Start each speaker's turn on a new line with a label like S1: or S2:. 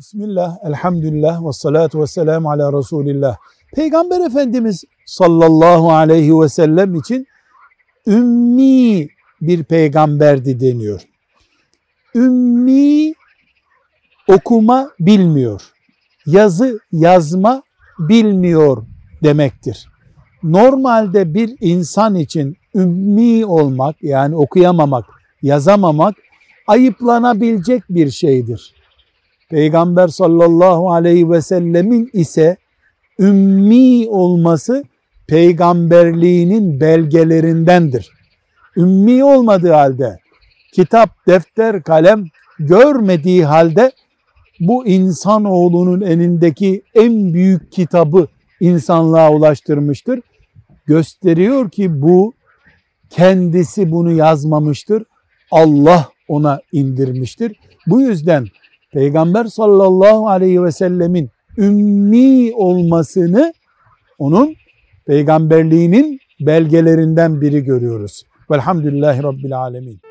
S1: Bismillah, elhamdülillah ve salatu ve selamu ala Resulillah. Peygamber Efendimiz sallallahu aleyhi ve sellem için ümmi bir peygamberdi deniyor. Ümmi okuma bilmiyor, yazı yazma bilmiyor demektir. Normalde bir insan için ümmi olmak, yani okuyamamak, yazamamak ayıplanabilecek bir şeydir. Peygamber sallallahu aleyhi ve sellemin ise ümmi olması peygamberliğinin belgelerindendir. Ümmi olmadığı halde, kitap, defter, kalem görmediği halde bu insanoğlunun elindeki en büyük kitabı insanlığa ulaştırmıştır. Gösteriyor ki bu kendisi bunu yazmamıştır. Allah ona indirmiştir. Bu yüzden Peygamber sallallahu aleyhi ve sellemin ümmi olmasını onun peygamberliğinin belgelerinden biri görüyoruz. Velhamdülillahi Rabbil alemin.